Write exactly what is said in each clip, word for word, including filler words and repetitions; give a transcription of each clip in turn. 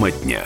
Тема дня.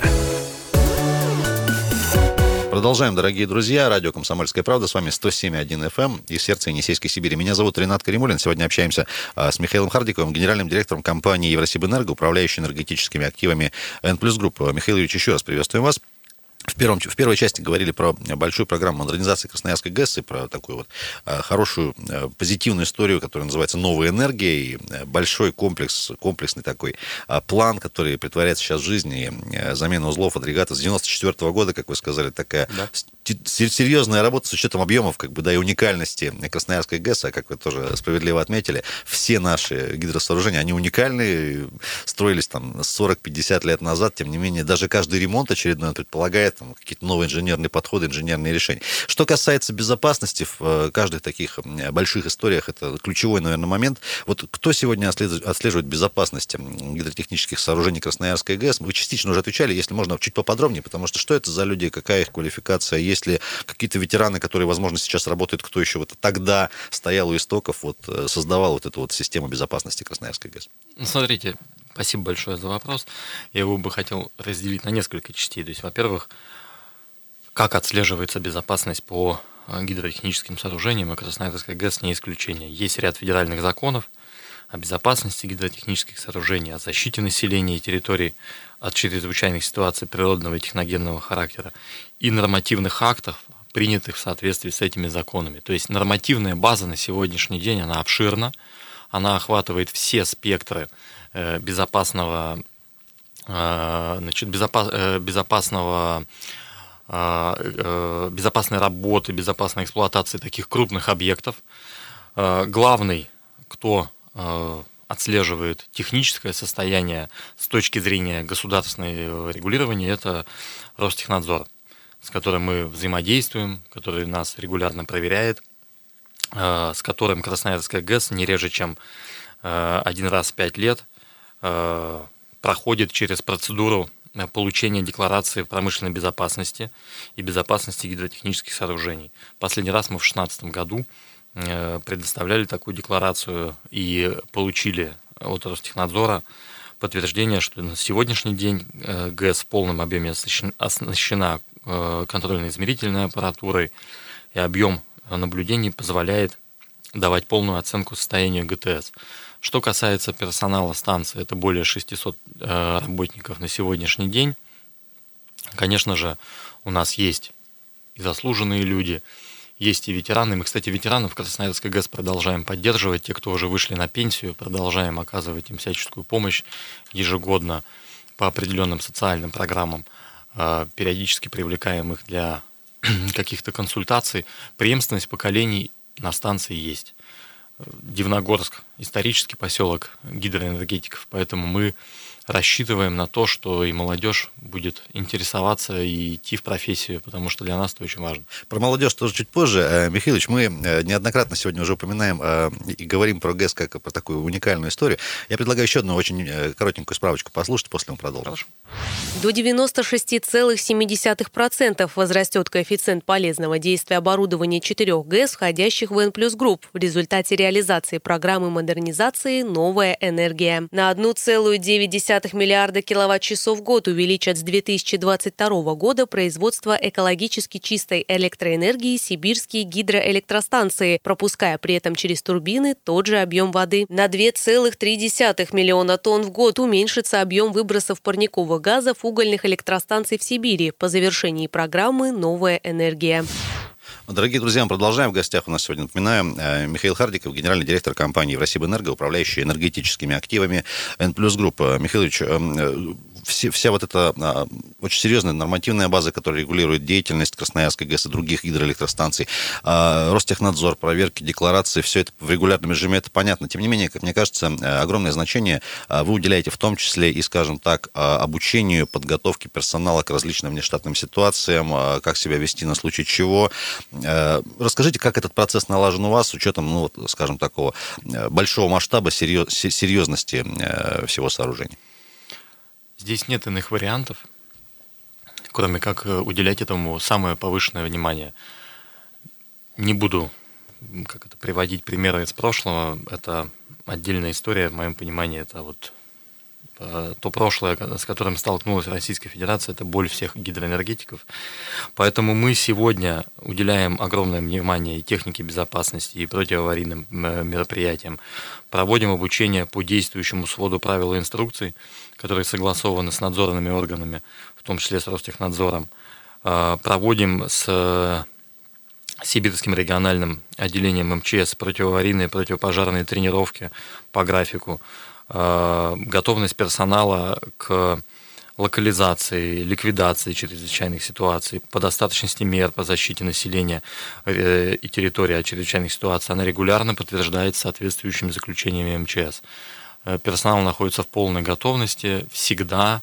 Продолжаем, дорогие друзья. Радио «Комсомольская правда». С вами сто семь и один эф эм из сердца Енисейской Сибири. Меня зовут Ренат Каримуллин. Сегодня общаемся с Михаилом Хардиковым, генеральным директором компании «Евросибэнерго», управляющей энергетическими активами Н плюс Групп. Михаил Юрьевич, еще раз приветствуем вас. В, первом, в первой части говорили про большую программу модернизации Красноярской ГЭС и про такую вот а, хорошую, а, позитивную историю, которая называется «Новая энергия», и большой комплекс, комплексный такой а, план, который притворяется сейчас в жизни, и, а, замена узлов агрегата с девяносто четвёртого года, как вы сказали, такая да. серьезная работа с учетом объемов, как бы, да, и уникальности Красноярской ГЭС, а как вы тоже справедливо отметили, все наши гидросооружения, они уникальны, строились там сорок-пятьдесят лет назад, тем не менее, даже каждый ремонт очередной предполагает там какие-то новые инженерные подходы, инженерные решения. Что касается безопасности, в каждых таких больших историях это ключевой, наверное, момент. Вот кто сегодня отслеживает безопасность гидротехнических сооружений Красноярской ГЭС? Вы частично уже отвечали, если можно, чуть поподробнее, потому что что это за люди, какая их квалификация, есть ли какие-то ветераны, которые, возможно, сейчас работают, кто еще вот тогда стоял у истоков, вот, создавал вот эту вот систему безопасности Красноярской ГЭС? Ну, смотрите, спасибо большое за вопрос. Я его бы хотел разделить на несколько частей. То есть, во-первых, как отслеживается безопасность по гидротехническим сооружениям, и Красноярская ГЭС не исключение. Есть ряд федеральных законов о безопасности гидротехнических сооружений, о защите населения и территорий от чрезвычайных ситуаций природного и техногенного характера и нормативных актов, принятых в соответствии с этими законами. То есть нормативная база на сегодняшний день, она обширна, она охватывает все спектры безопасного, значит, безопас, безопасного безопасной работы, безопасной эксплуатации таких крупных объектов. Главный, кто отслеживает техническое состояние с точки зрения государственного регулирования, это Ростехнадзор, с которым мы взаимодействуем, который нас регулярно проверяет, с которым Красноярская ГЭС не реже, чем один раз в пять лет проходит через процедуру получения декларации промышленной безопасности и безопасности гидротехнических сооружений. Последний раз мы в две тысячи шестнадцатом году предоставляли такую декларацию и получили от Ростехнадзора подтверждение, что на сегодняшний день ГЭС в полном объеме оснащена контрольно-измерительной аппаратурой, и объем наблюдений позволяет давать полную оценку состоянию ГТС. Что касается персонала станции, это более шестисот работников на сегодняшний день. Конечно же, у нас есть и заслуженные люди, есть и ветераны. Мы, кстати, ветеранов Красноярской ГЭС продолжаем поддерживать. Те, кто уже вышли на пенсию, продолжаем оказывать им всяческую помощь ежегодно по определенным социальным программам. Периодически привлекаем их для каких-то консультаций. Преемственность поколений на станции есть. Дивногорск – исторический поселок гидроэнергетиков, поэтому мы рассчитываем на то, что и молодежь будет интересоваться и идти в профессию, потому что для нас это очень важно. Про молодежь тоже чуть позже. Михаилович, мы неоднократно сегодня уже упоминаем и говорим про ГЭС как про такую уникальную историю. Я предлагаю еще одну очень коротенькую справочку послушать, после мы продолжим. Хорошо. До девяносто шесть целых семь десятых процента возрастет коэффициент полезного действия оборудования четырех ГЭС, входящих в Н плюс Групп, в результате реализации программы модернизации «Новая энергия». На одна целая девять десятых миллиарда киловатт-часов в год увеличат с две тысячи двадцать второго года производство экологически чистой электроэнергии сибирские гидроэлектростанции, пропуская при этом через турбины тот же объем воды. На два целых три десятых миллиона тонн в год уменьшится объем выбросов парниковых газов угольных электростанций в Сибири по завершении программы «Новая энергия». Дорогие друзья, мы продолжаем. В гостях у нас сегодня, напоминаю, Михаил Хардиков, генеральный директор компании «Евросибэнерго», управляющий энергетическими активами Н плюс Групп. Михаил Ильич, все, вся вот эта а, очень серьезная нормативная база, которая регулирует деятельность Красноярской ГЭС и других гидроэлектростанций, а, Ростехнадзор, проверки, декларации, все это в регулярном режиме, это понятно. Тем не менее, как мне кажется, огромное значение вы уделяете в том числе и, скажем так, обучению, подготовке персонала к различным внештатным ситуациям, как себя вести на случай чего. Расскажите, как этот процесс налажен у вас с учетом, ну, вот, скажем, такого большого масштаба, серьезности всего сооружения? Здесь нет иных вариантов, кроме как уделять этому самое повышенное внимание. Не буду как это, приводить примеры из прошлого, это отдельная история, в моем понимании, это вот То прошлое, с которым столкнулась Российская Федерация, это боль всех гидроэнергетиков. Поэтому мы сегодня уделяем огромное внимание и технике безопасности, и противоаварийным мероприятиям. Проводим обучение по действующему своду правил и инструкций, которые согласованы с надзорными органами, в том числе с Ростехнадзором. Проводим с Сибирским региональным отделением эм че эс противоаварийные, противопожарные тренировки по графику, готовность персонала к локализации, ликвидации чрезвычайных ситуаций, по достаточности мер по защите населения и территории от чрезвычайных ситуаций, она регулярно подтверждается соответствующими заключениями эм че эс. Персонал находится в полной готовности всегда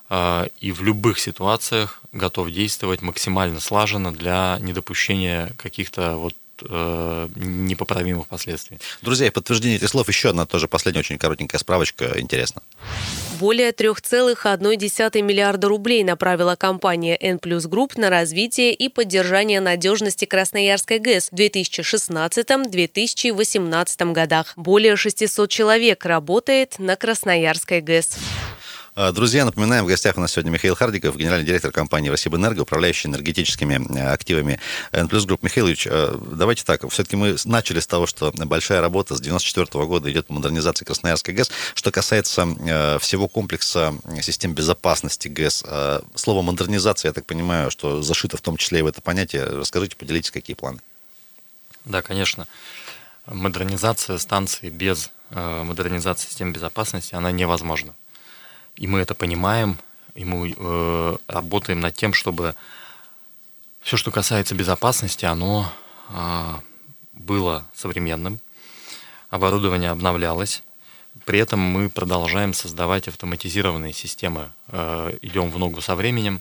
и в любых ситуациях готов действовать максимально слаженно для недопущения каких-то вот непоправимых последствий. Друзья, в подтверждение этих слов еще одна тоже последняя очень коротенькая справочка, интересно. Более три целых одна десятая миллиарда рублей направила компания Н плюс Групп на развитие и поддержание надежности Красноярской ГЭС в две тысячи шестнадцатом — две тысячи восемнадцатом годах. Более шестисот человек работает на Красноярской ГЭС. Друзья, напоминаем, в гостях у нас сегодня Михаил Хардиков, генеральный директор компании «Евросибэнерго», управляющий энергетическими активами Н плюс Групп. Михаил Ильич, давайте так, все-таки мы начали с того, что большая работа с девяносто четвёртого года идет по модернизации Красноярской ГЭС. Что касается всего комплекса систем безопасности ГЭС, слово «модернизация», я так понимаю, что зашито в том числе и в это понятие. Расскажите, поделитесь, какие планы. Да, конечно. Модернизация станции без модернизации систем безопасности, она невозможна. И мы это понимаем, и мы э, работаем над тем, чтобы все, что касается безопасности, оно э, было современным, оборудование обновлялось. При этом мы продолжаем создавать автоматизированные системы, э, идем в ногу со временем.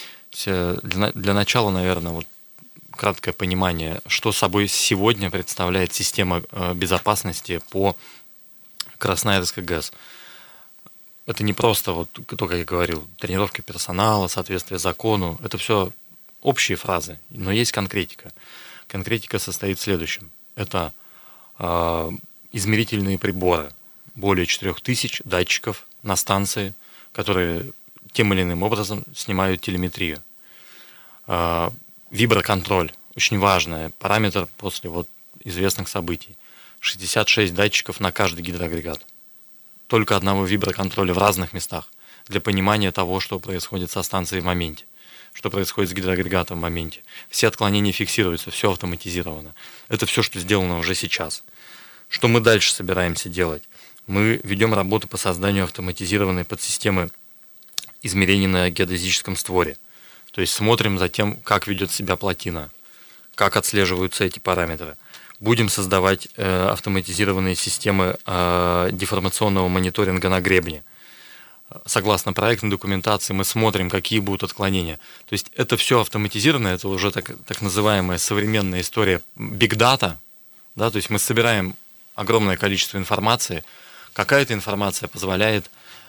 Для, для начала, наверное, вот краткое понимание, что собой сегодня представляет система э, безопасности по Красноярской ГЭС. Это не просто, вот, то, как я говорил, тренировки персонала, соответствие закону. Это все общие фразы, но есть конкретика. Конкретика состоит в следующем. Это э, измерительные приборы. Более четырех тысяч датчиков на станции, которые тем или иным образом снимают телеметрию. Э, виброконтроль. Очень важный параметр после вот, известных событий. шестьдесят шесть датчиков на каждый гидроагрегат. Только одного виброконтроля в разных местах для понимания того, что происходит со станцией в моменте, что происходит с гидроагрегатом в моменте. Все отклонения фиксируются, все автоматизировано. Это все, что сделано уже сейчас. Что мы дальше собираемся делать? Мы ведем работу по созданию автоматизированной подсистемы измерений на геодезическом створе. То есть смотрим за тем, как ведет себя плотина, как отслеживаются эти параметры. Будем создавать э, автоматизированные системы э, деформационного мониторинга на гребне. Согласно проектной документации мы смотрим, какие будут отклонения. То есть это все автоматизировано, это уже так, так называемая современная история big data. Да? То есть мы собираем огромное количество информации. Какая-то информация позволяет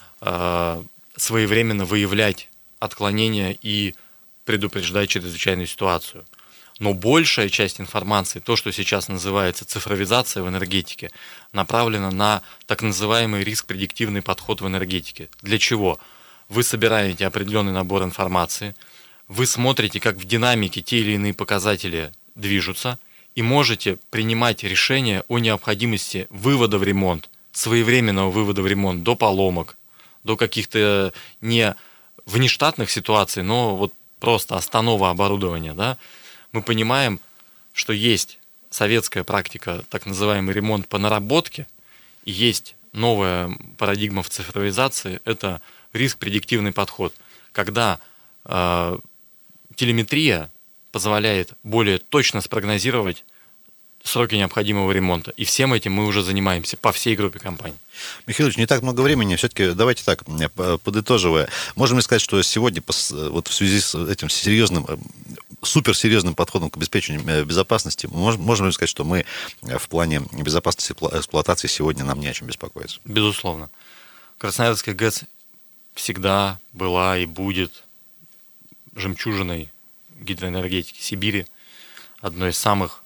э, своевременно выявлять отклонения и предупреждать чрезвычайную ситуацию. Но большая часть информации, то, что сейчас называется цифровизация в энергетике, направлена на так называемый риск-предиктивный подход в энергетике. Для чего? Вы собираете определенный набор информации, вы смотрите, как в динамике те или иные показатели движутся, и можете принимать решения о необходимости вывода в ремонт, своевременного вывода в ремонт до поломок, до каких-то не внештатных ситуаций, но вот просто останова оборудования, да. Мы понимаем, что есть советская практика, так называемый ремонт по наработке, и есть новая парадигма в цифровизации, это риск-предиктивный подход, когда э, телеметрия позволяет более точно спрогнозировать сроки необходимого ремонта. И всем этим мы уже занимаемся по всей группе компаний. Михаил Ильич, не так много времени, все-таки давайте так, подытоживая. Можем ли сказать, что сегодня вот в связи с этим серьезным, суперсерьезным подходом к обеспечению безопасности, можем, можем ли сказать, что мы в плане безопасности эксплуатации сегодня нам не о чем беспокоиться? Безусловно. Красноярская ГЭС всегда была и будет жемчужиной гидроэнергетики Сибири, одной из самых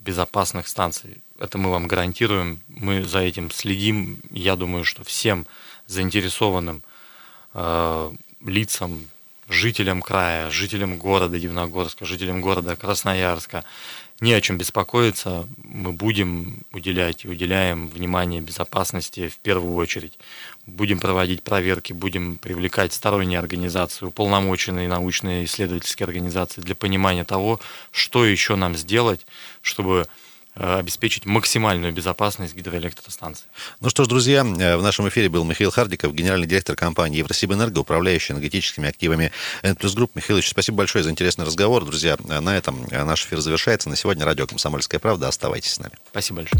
безопасных станций. Это мы вам гарантируем, мы за этим следим. Я думаю, что всем заинтересованным э, лицам, жителям края, жителям города Дивногорска, жителям города Красноярска не о чем беспокоиться. Мы будем уделять и уделяем внимание безопасности в первую очередь. Будем проводить проверки, будем привлекать сторонние организации, уполномоченные научные исследовательские организации для понимания того, что еще нам сделать, чтобы обеспечить максимальную безопасность гидроэлектростанции. Ну что ж, друзья, в нашем эфире был Михаил Хардиков, генеральный директор компании Евросибэнерго, управляющий энергетическими активами Н плюс Групп. Михаилович, спасибо большое за интересный разговор. Друзья, на этом наш эфир завершается. На сегодня радио «Комсомольская правда». Оставайтесь с нами. Спасибо большое.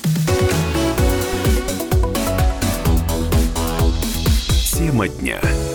Тема дня.